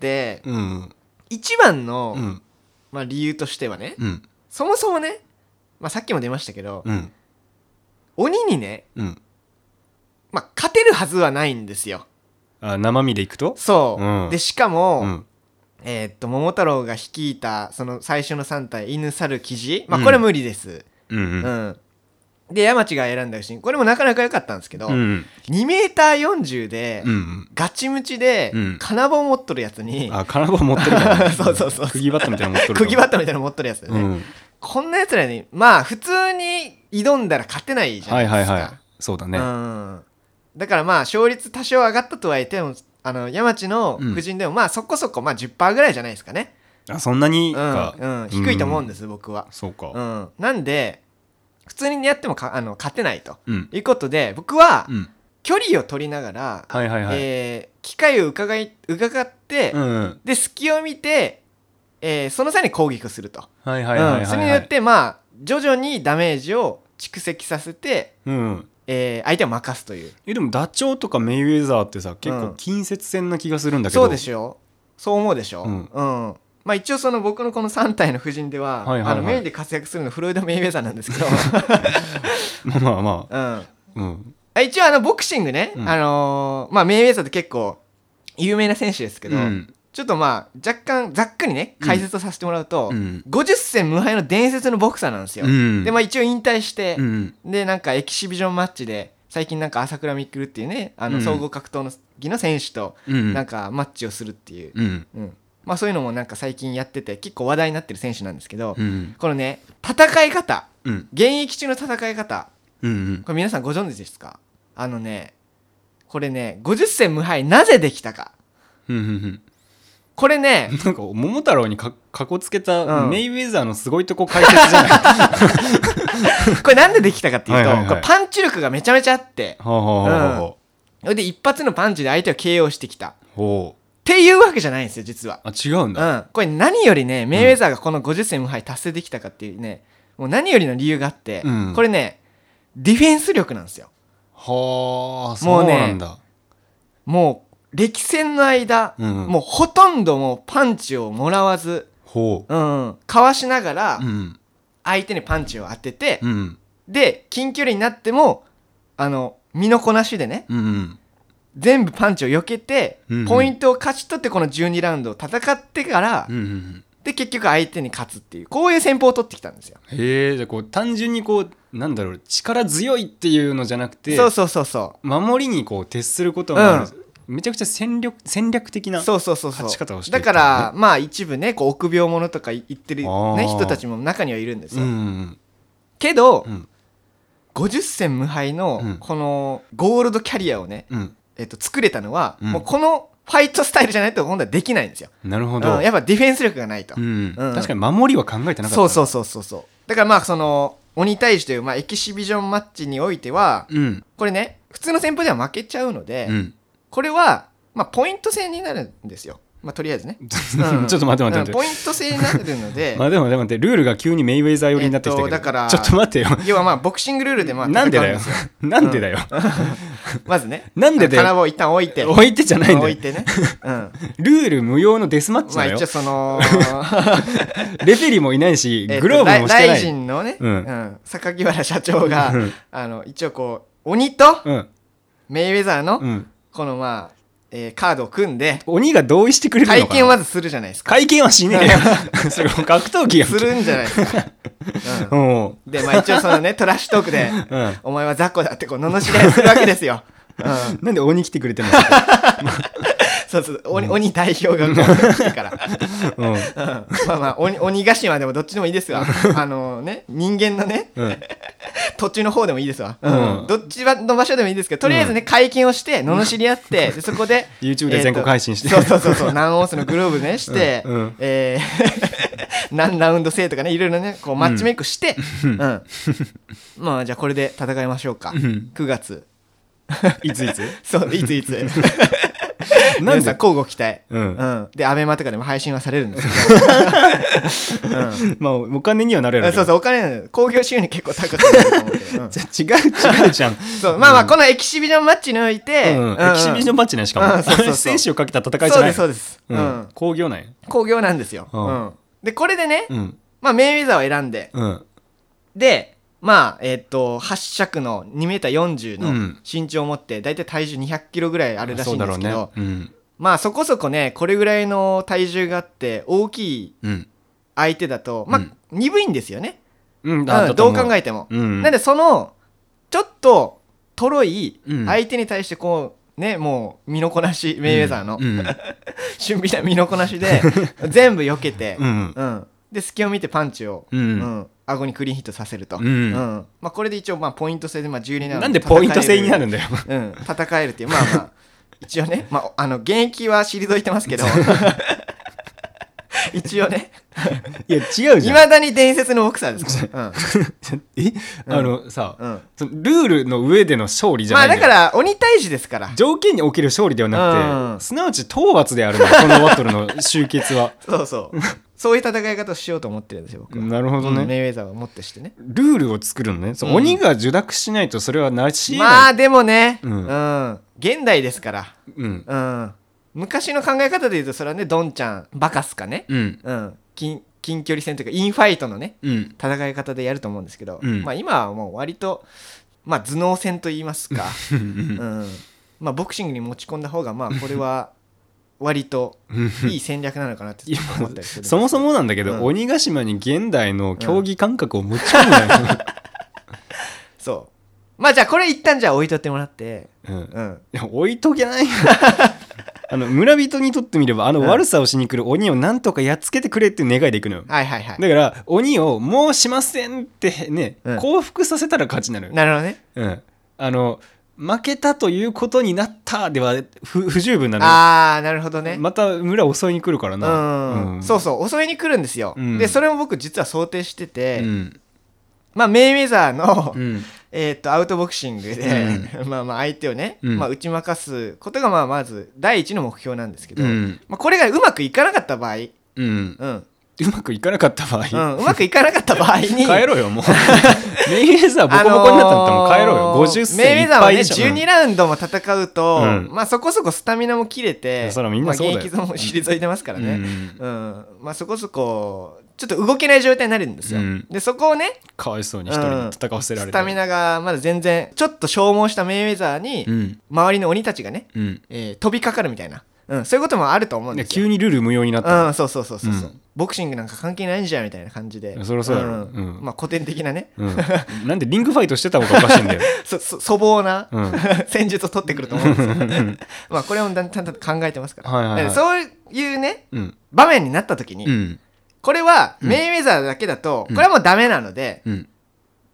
一番の、まあ理由としてはね、そもそもね、まあさっきも出ましたけど、鬼にね、まあ勝てるはずはないんですよ。 生身でいくと、 そう、でしかも、桃太郎が率いたその最初の3体犬猿キジ、まあこれ無理です。で山地が選んだ牛、これもなかなか良かったんですけど、2メーター40でガチムチで金棒持っとるやつに、 金棒持ってるからそう釘バットみたいなの持っとる、 釘バットみたいなの持っとるやつでね、こんなやつらにまあ普通に挑んだら勝てないじゃないですか。 そうだね。 だからまあ勝率多少上がったとはいっても、山地の夫人でもまあそこそこまあ 10% ぐらいじゃないですかね。 そんなにか、 低いと思うんです、僕は。 そうか。 なんで普通にやっても勝てないということで、僕は距離を取りながら機会を伺って、で隙を見て、その際に攻撃をすると。それによってまあ徐々にダメージを蓄積させて、相手を任すという。 でもダチョウとかメイウェザーってさ、結構近接戦な気がするんだけど。 そうでしょ、そう思うでしょ。まあ一応その僕のこの3体の夫人ではメインで活躍するのフロイド・メイウェザーなんですけどまあ一応ボクシングね、まあメイウェザーって結構有名な選手ですけど、ちょっとまあ若干ざっくりね解説をさせてもらうと、50戦無敗の伝説のボクサーなんですよ。でまあ一応引退して、でなんかエキシビジョンマッチで最近なんか朝倉未来っていうね総合格闘技の選手となんかマッチをするっていう、まあそういうのもなんか最近やってて結構話題になってる選手なんですけど、このね戦い方、現役中の戦い方、これ皆さんご存知ですか？これね50戦無敗なぜできたか。これねなんか桃太郎にかこつけたメイウェザーのすごいとこ解説じゃないこれなんでできたかっていうと、これパンチ力がめちゃめちゃあって、で一発のパンチで相手を KO してきたっていうわけじゃないんですよ実は。 違うんだ。 これ何よりねメイウェザーがこの50戦無敗達成できたかっていうね、もう何よりの理由があって、これねディフェンス力なんですよ。 そうなんだ。 もう歴戦の間、もうほとんどもうパンチをもらわず、かわしながら相手にパンチを当てて、で近距離になっても身のこなしでね、全部パンチを避けて、ポイントを勝ち取ってこの12ラウンドを戦ってから、で結局相手に勝つっていう、こういう戦法を取ってきたんですよ。 じゃあこう単純にこうなんだろう、力強いっていうのじゃなくて、守りにこう徹することもある、めちゃくちゃ戦略的な勝ち方をしている、 だからまあ一部ねこう臆病者とか言ってる、ね、人たちも中にはいるんですよ。けど、50戦無敗のこのゴールドキャリアをね、作れたのは、もうこのファイトスタイルじゃないと今度はできないんですよ。 なるほど、 やっぱディフェンス力がないと、 確かに守りは考えてなかった。 そうだからまあその鬼退治という、まあ、エキシビジョンマッチにおいては、これね普通の戦法では負けちゃうので、これは、まあ、ポイント制になるんですよ。まあ、とりあえずねちょっと待って、 ポイント制になるので待ってルールが急にメイウェザー寄りになってきたけど、 だからちょっと待ってよ。 要はまあボクシングルールでまあなんでだよなんでだよ、 まずねなんでだよ、 金棒を一旦置いてじゃないんだよ、 置いてね、 ルール無用のデスマッチだよ。 まあ一応そのレフェリーもいないし、グローブもしてない。 ライジンのね、榊原社長が一応こう鬼とメイウェザーのこのまあカードを組んで鬼が同意してくれるのかな。 会見をまずするじゃないですか。 会見はしねえよそれ格闘技やんするんじゃないですか、でまあ一応そのねトラッシュトークで、お前は雑魚だってこう罵り合いするわけですよ、 なんで鬼来てくれてんのそう鬼代表がこう来てからまあまあ鬼ヶ島でもどっちでもいいですわね人間のね、途中の方でもいいですわ、どっちの場所でもいいですけど、とりあえずね会見をして罵り合ってでそこで YouTube で全国配信して、 そう何オンスのグローブねして、何ラウンド制とかねいろいろねこうマッチメイクして、まあじゃあこれで戦いましょうか、9月いつそういつ皆さん交互期待、でアベマとかでも配信はされるんですけど、 まあお金にはなれる。 そうお金興行収入結構高くなると思うけど、 じゃ違うじゃん。 そうまあこのエキシビジョンマッチにおいて、 エキシビジョンマッチね、しかも生死をかけた戦いじゃない。 そうです、 興行なんや。 興行なんですよ、でこれでね、まあメイウェザーを選んで、でまあ8尺の 2m40 の身長を持ってだいたい体重200キロぐらいあるらしいんですけど、まあそこそこねこれぐらいの体重があって大きい相手だと、まあ鈍いんですよね、どう考えても、なんでそのちょっととろい相手に対してこうねもう身のこなし、メイウェザーの俊美な身のこなしで全部避けて、で隙を見てパンチを、顎にクリーンヒットさせると、まあ、これで一応まあポイント制でまあ12ラウンドなんでポイント制になるんだよ、 戦えるっていうまあまあ一応ね、まあ、現役は退いてますけど一応ねいや違うじゃん、 いまだに伝説のボクサーですから、 さ、ルールの上での勝利じゃないんだよ。 まあだから鬼退治ですから、 条件における勝利ではなくて、すなわち討伐であるのこのバトルの終結はそういう戦い方をしようと思ってるんですよ僕は。 なるほどね、 メイウェザーをもってしてねルールを作るのね、鬼が受諾しないとそれはなし得ない。 まあでもね、現代ですから、昔の考え方で言うとそれはねドンちゃんバカスかね、近距離戦というかインファイトのね、戦い方でやると思うんですけど、まあ今はもう割と、まあ、頭脳戦と言いますか、まあ、ボクシングに持ち込んだ方がまあこれは割といい戦略なのかなって思ったりするそもそもなんだけど、鬼ヶ島に現代の競技感覚を持ち込むなよ、 そうまあじゃあこれ一旦じゃあ置いとってもらって、 いや置いとけないよ村人にとってみれば悪さをしに来る鬼をなんとかやっつけてくれっていう願いでいくのよ、だから鬼をもうしませんってね、降伏させたら勝ちになる。 なるほどね、 負けたということになったでは不十分なの。 なるほどね。 また村襲いに来るからな、 そう襲いに来るんですよ、でそれも僕実は想定してて、まあメイウェザーの、アウトボクシングで、まあ相手をね、まあ、打ち負かすことがまず第一の目標なんですけど、まあ、これがうまくいかなかった場合、 うまくいかなかった場合、 うまくいかなかった場合に帰ろうよもうメイウェザーボコボコになったんだったらもう帰ろうよ、50戦いっぱいでしょ。 メイウェザーはね12ラウンドも戦うと、まあそこそこスタミナも切れて、 そらみんなそうだよ、 まあ、現役も退いてますからね、まあそこそこちょっと動けない状態になるんですよ、でそこをねかわいそうに一人に戦わせられて、 スタミナがまだ全然ちょっと消耗したメイウェザーに、周りの鬼たちがね、飛びかかるみたいな、そういうこともあると思うんですよ。 急にルール無用になった、 そう、ボクシングなんか関係ないんじゃんみたいな感じで、 そりゃそうだろ、 まあ古典的なね、 なんでリングファイトしてた方がおかしいんだよ粗暴な、戦術を取ってくると思うんですよまあこれをちゃんと考えてますから、そういうね、場面になった時に、これはメイウェザーだけだとこれはもうダメなので、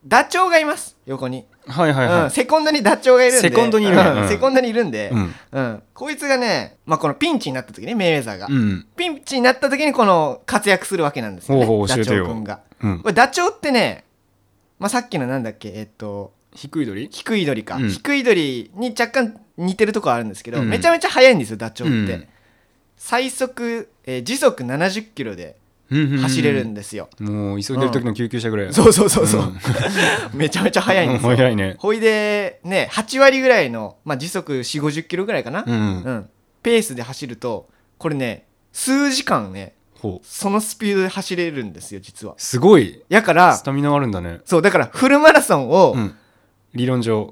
ダチョウがいます横に。 はいはいはい、 セコンドにダチョウがいるんで。 セコンドにいる、 セコンドにいるんで、こいつがね、まあ、このピンチになった時ね、メイウェザーが、ピンチになった時にこの活躍するわけなんですよね。ダチョウ君が、これダチョウってね、まあ、さっきのなんだっけ、 ヒクイドリヒクイドリか、ヒクイドリに若干似てるところあるんですけど、めちゃめちゃ速いんですよダチョウって、最速、時速70キロで走れるんですよ。 もう急いでる時の救急車ぐらい、 そうそうそうそう、めちゃめちゃ速いんですよ。 速いね。 ほいでね、8割ぐらいの、まあ、時速4 50キロぐらいかな、ペースで走るとこれね数時間ねそのスピードで走れるんですよ実は。 すごい。 やからスタミナあるんだね。 そうだからフルマラソンを、 理論上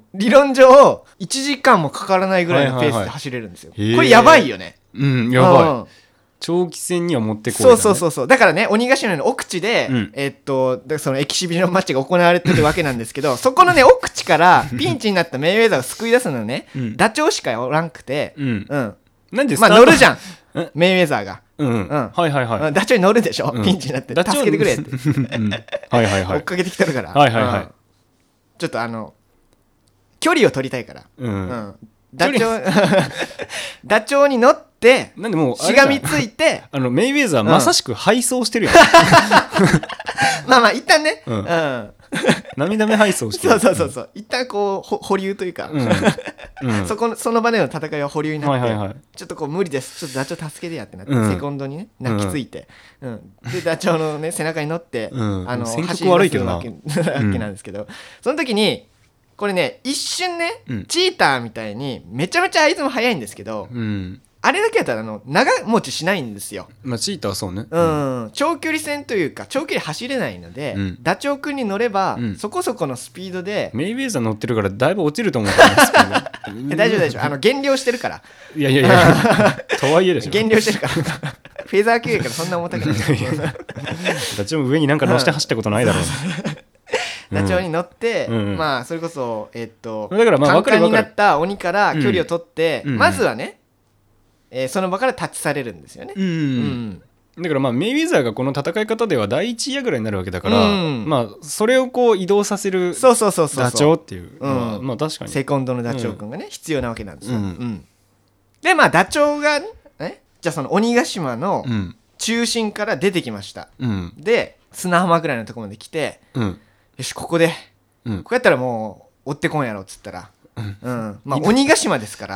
1時間もかからないぐらいのペースで走れるんですよ、これやばいよね。 やばい、長期戦には持ってこいだね。 そうだからね、鬼ヶ島の奥地で、そのエキシビジョンマッチが行われてるわけなんですけどそこのね奥地からピンチになったメイウェザーを救い出すのはね、ダチョウしかおらんくて、 なんでまあ乗るじゃんメイウェザーが、 はいはいはい、 ダチョウに乗るでしょ、ピンチになって助けてくれってはいはいはい、 追っかけてきてるから、 はいはいはい、 ちょっと距離を取りたいから、ダチョウに乗ってなんでもうしがみついてメイウェザーまさしく配送してるやん、 まあまあ一旦ね、 涙目配送してる。 そう一旦こう保留というか、その場での戦いは保留になって、ちょっとこう無理です、ちょっとダチョウ助けてやってなって、セコンドにね泣きついて、でダチョウのね背中に乗って、 性格悪いけどな走り出すわけなんですけど、その時にこれね一瞬ね、チーターみたいにめちゃめちゃあいつも速いんですけど、あれだけだったら長持ちしないんですよ。 まあチーターはそうね、 長距離戦というか長距離走れないので、ダチョウ君に乗れば、そこそこのスピードでメイウェザー乗ってるからだいぶ落ちると思うんですけど大丈夫減量してるから。 いやとはいえでしょ、 減量してるからフェザー級やからそんな重たくないダチョウ上になんか乗せて走ったことないだろうダチョウに乗って、まあそれこそだからまあカンカンになった鬼から距離を取って、まずはね、その場からタッチされるんですよね。 だからまあメイウェザーがこの戦い方では第一夜ぐらいになるわけだから、まあそれをこう移動させるダチョウっていう、まあ確かにセコンドのダチョウ君がね、必要なわけなんですよ。でまあダチョウがじゃあその鬼ヶ島の中心から出てきました。で砂浜ぐらいのところまで来て、よしここで、こうやったらもう追ってこんやろっつったら、まあ鬼ヶ島ですから、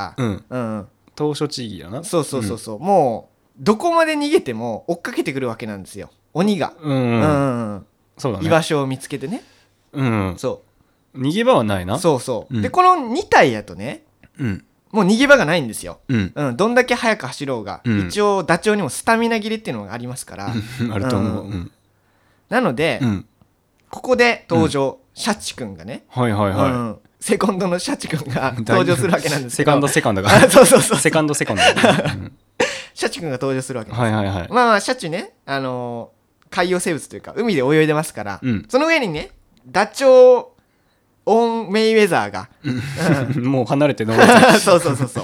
島しょ地域だな。 そうもうどこまで逃げても追っかけてくるわけなんですよ鬼が。 そうだね、 居場所を見つけてね、 そう逃げ場はないな。 でこの2体やとね、もう逃げ場がないんですよ。どんだけ速く走ろうが、一応ダチョウにもスタミナ切れっていうのがありますからあると思う。 なので、ここで登場、シャチ君がね、セコンドのシャチ君が登場するわけなんですけど、 セカンドがそうセカンドシャチ君が登場するわけなんです。まあシャチね、海洋生物というか海で泳いでますから、その上にねダチョウオンメイウェザーが、 もう離れて登るそう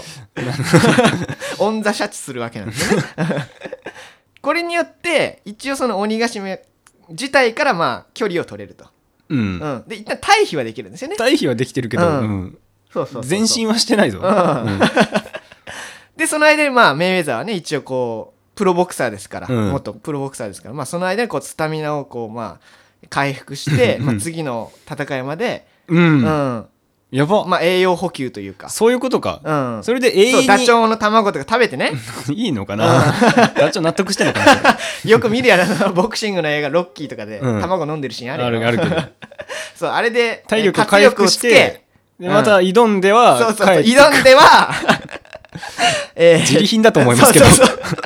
オンザシャチするわけなんですよねこれによって一応その鬼ヶ島自体からまあ距離を取れると、で一旦退避はできるんですよね。 退避はできてるけど、前進はしてないぞ。 でその間にまあメイウェザーはね一応こうプロボクサーですから、元プロボクサーですから、まあその間にこうスタミナをこうまあ回復してまあ次の戦いまでやば、 まあ栄養補給というか、 そういうことか。それで永遠にダチョウの卵とか食べてねいいのかな。ダチョウ納得してんのかなよく見るやろボクシングの映画ロッキーとかで卵飲んでるシーンあるよ。 あるけどそうあれで体力回復してまた挑んでは挑んでは自利品だと思いますけど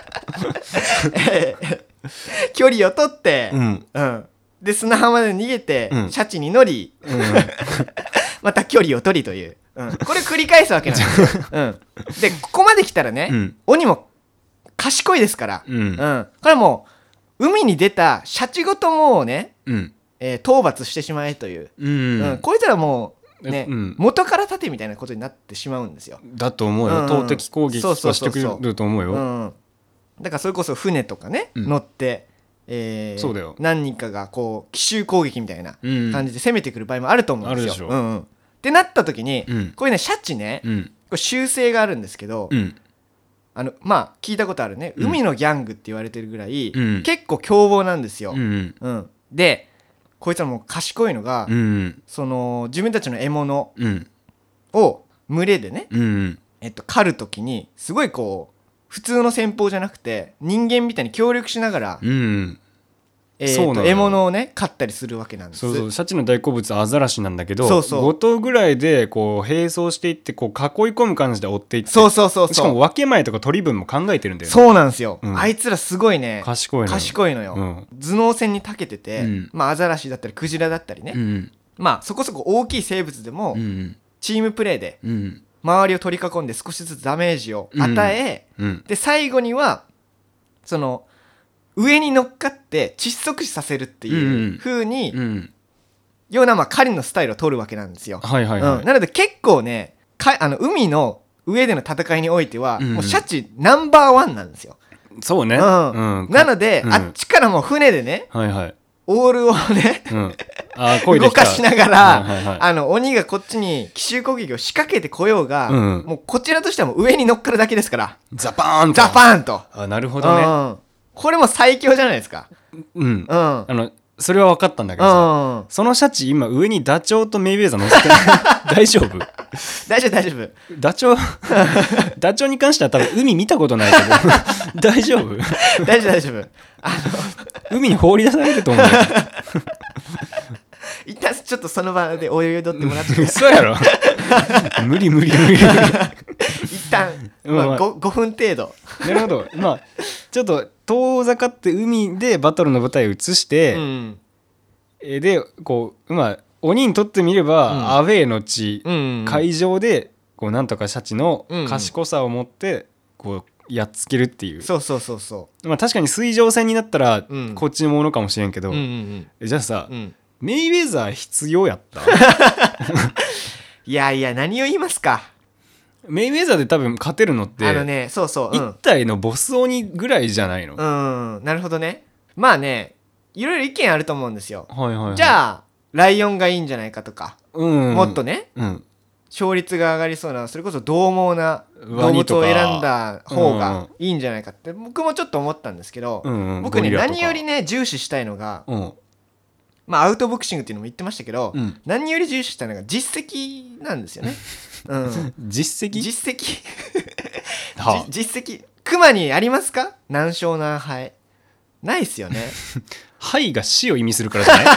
距離を取って、で砂浜で逃げて、シャチに乗り、また距離を取りという、これ繰り返すわけなんですよ。でここまで来たらね、鬼も賢いですから、これもう海に出たシャチごともうね、討伐してしまえという、こいつらもうね、元から立てみたいなことになってしまうんですよ。 だと思うよ。投擲攻撃はしてくると思うよ。 だからそれこそ船とかね、乗ってそうだよ何人かがこう奇襲攻撃みたいな感じで攻めてくる場合もあると思うんですよ。 あるでしょ、 ってなった時に、こういうねシャチね、これ習性があるんですけど、まあ聞いたことあるね、海のギャングって言われてるぐらい、結構凶暴なんですよ。でこいつらもう賢いのが、その自分たちの獲物を群れでね、狩る時にすごいこう普通の戦法じゃなくて人間みたいに協力しながら、獲物をね狩ったりするわけなんです。 そうシャチの大好物はアザラシなんだけど、5頭ぐらいでこう並走していってこう囲い込む感じで追っていって、しかも分け前とか取り分も考えてるんだよね。 そうなんですよ、あいつらすごいね賢いのよ、頭脳戦に長けてて、まあアザラシだったりクジラだったりね、まあそこそこ大きい生物でも、チームプレーで、周りを取り囲んで少しずつダメージを与え、で最後にはその上に乗っかって窒息死させるっていう風に、ようなまあ狩りのスタイルを取るわけなんですよ。なので結構ね海の上での戦いにおいては、もうシャチナンバーワンなんですよ。 そうね、 なので、あっちからもう船でね、オールをね、動かしながら、鬼がこっちに奇襲攻撃を仕掛けてこようが、もうこちらとしてはもう上に乗っかるだけですから、 ザパーンと。なるほどね、 これも最強じゃないですか。 それは分かったんだけどさ、そのシャチ今上にダチョウとメイウェザー乗せて大丈夫大丈夫ダチョウに関しては多分海見たことないけど大丈夫大丈夫海に放り出されると思う一旦ちょっとその場で泳いどってもらって嘘やろ無理一旦、5分程度。 なるほど、まあちょっと遠ざかって海でバトルの舞台を移して、でこうまあ鬼にとってみれば、アウェーの地、海上でこうなんとかシャチの賢さを持ってこうやっつけるっていう、まあ確かに水上戦になったらこっちのものかもしれんけど、じゃあさ、メイウェザー必要やったいや何を言いますか。 メイウェザーで多分勝てるのって1体のボス鬼ぐらいじゃないの。 なるほどね。まあねいろいろ意見あると思うんですよ。じゃあライオンがいいんじゃないかとか、もっとね、勝率が上がりそうなそれこそ獰猛な動物を選んだ方がいいんじゃないかって僕もちょっと思ったんですけど、僕ね何よりね重視したいのが、まあアウトボクシングっていうのも言ってましたけど、何より重視したいのが実績なんですよね。 実績クマにありますか？何勝何敗ないっすよね。 敗が死を意味するからじゃない？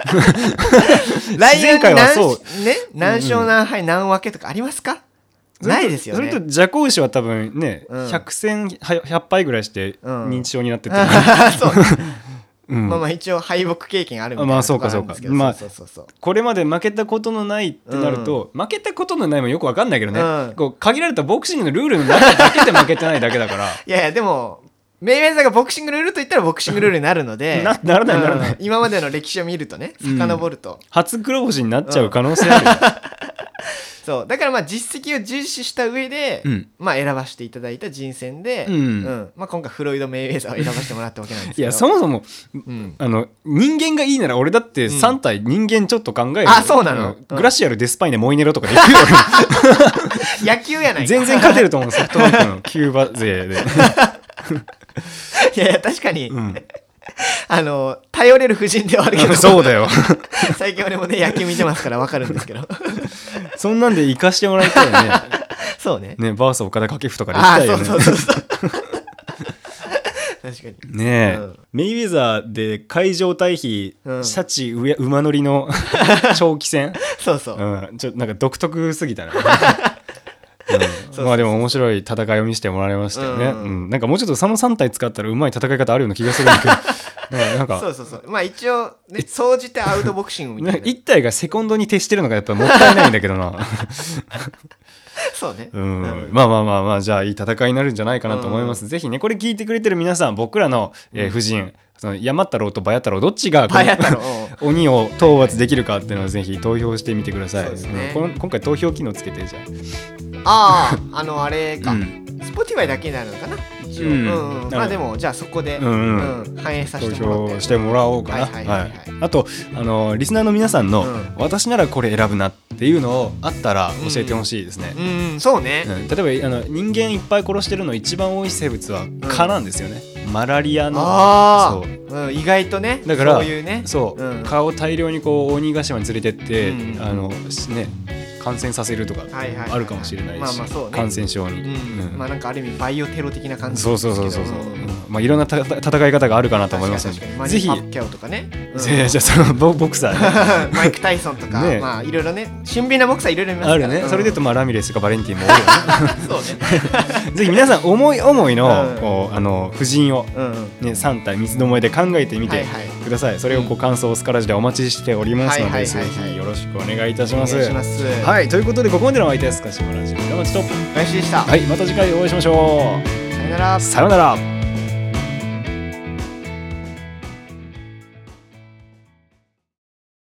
来年何勝何敗何分けとかありますか？ないですよね。 それとジャコウシは多分ね、100戦100敗ぐらいして認知症になってて、 まあ一応敗北経験あるみたいなところあるんですけど、 これまで負けたことのないってなると、負けたことのないもよく分かんないけどね、こう限られたボクシングのルールの中だけで負けてないだけだからいやでもメイウェザーがボクシングルールと言ったらボクシングルールになるのでならない、 今までの歴史を見るとね、遡ると、 初黒星になっちゃう可能性あるよ、 そうだからまあ実績を重視した上で、まあ選ばせていただいた人選で、まあ今回フロイド・メイウェザーを選ばせてもらったわけなんですけど、 いやそもそも、人間がいいなら俺だって3体人間ちょっと考える、 そうなの、 グラシアル・デスパイネ・モイネロとかできるよ野球やないか、 全然勝てると思う、ソフトバンクのキューバ勢でいや確かに、頼れる布陣ではあるけどそうだよ最近俺もね野球見てますから分かるんですけどそんなんで生かしてもらいたいねそうねバース岡田掛布とかで行きたいよね。 確かにねえ、メイウェザーで海上対比、シャチ馬乗りの長期戦ちょっとなんか独特すぎたねまあでも面白い戦いを見せてもらいましたよね。なんかもうちょっとその3体使ったらうまい戦い方あるような気がするんだけどなんかまあ一応ね総じてアウトボクシングみたいな 1体がセコンドに徹してるのがやっぱもったいないんだけどなそうね、 まあじゃあいい戦いになるんじゃないかなと思います。ぜひねこれ聞いてくれてる皆さん、僕らの、夫人その山太郎とバヤ太郎どっちが鬼を討伐できるかっていうのをぜひ投票してみてください。今回投票機能つけてじゃあれか、Spotify だけになるのかな一応、まあでもじゃあそこで、反映させてもらって投票してもらおうかな。あとリスナーの皆さんの、私ならこれ選ぶなっていうのをあったら教えてほしいですね。 そうね、 例えば人間いっぱい殺してるの一番多い生物は蚊なんですよね。マラリアのそう、意外とね、 だからそういうね、 蚊を大量にこう鬼ヶ島に連れてって感染させるとかあるかもしれないし、感染症に、 まあなんかある意味バイオテロ的な感じですけど、 まあいろんな戦い方があるかなと思いますので、ぜひマニパッキャオとかね、 じゃあそのボクサーマイク・タイソンとか、まあいろいろね、俊敏なボクサーいろいろいますからあるね。それでいうとまあラミレスとかバレンティンも多いよね。ぜひ皆さん思い思いの夫人を3体三つどもえで考えてみてください。それを感想をスカラジでお待ちしておりますので、ぜひよろしくお願いいたします。はい、ということでここまでのお相手はスカシマラジオ山地と林でした。 はい、また次回お会いしましょう。 さよなら。 さよなら。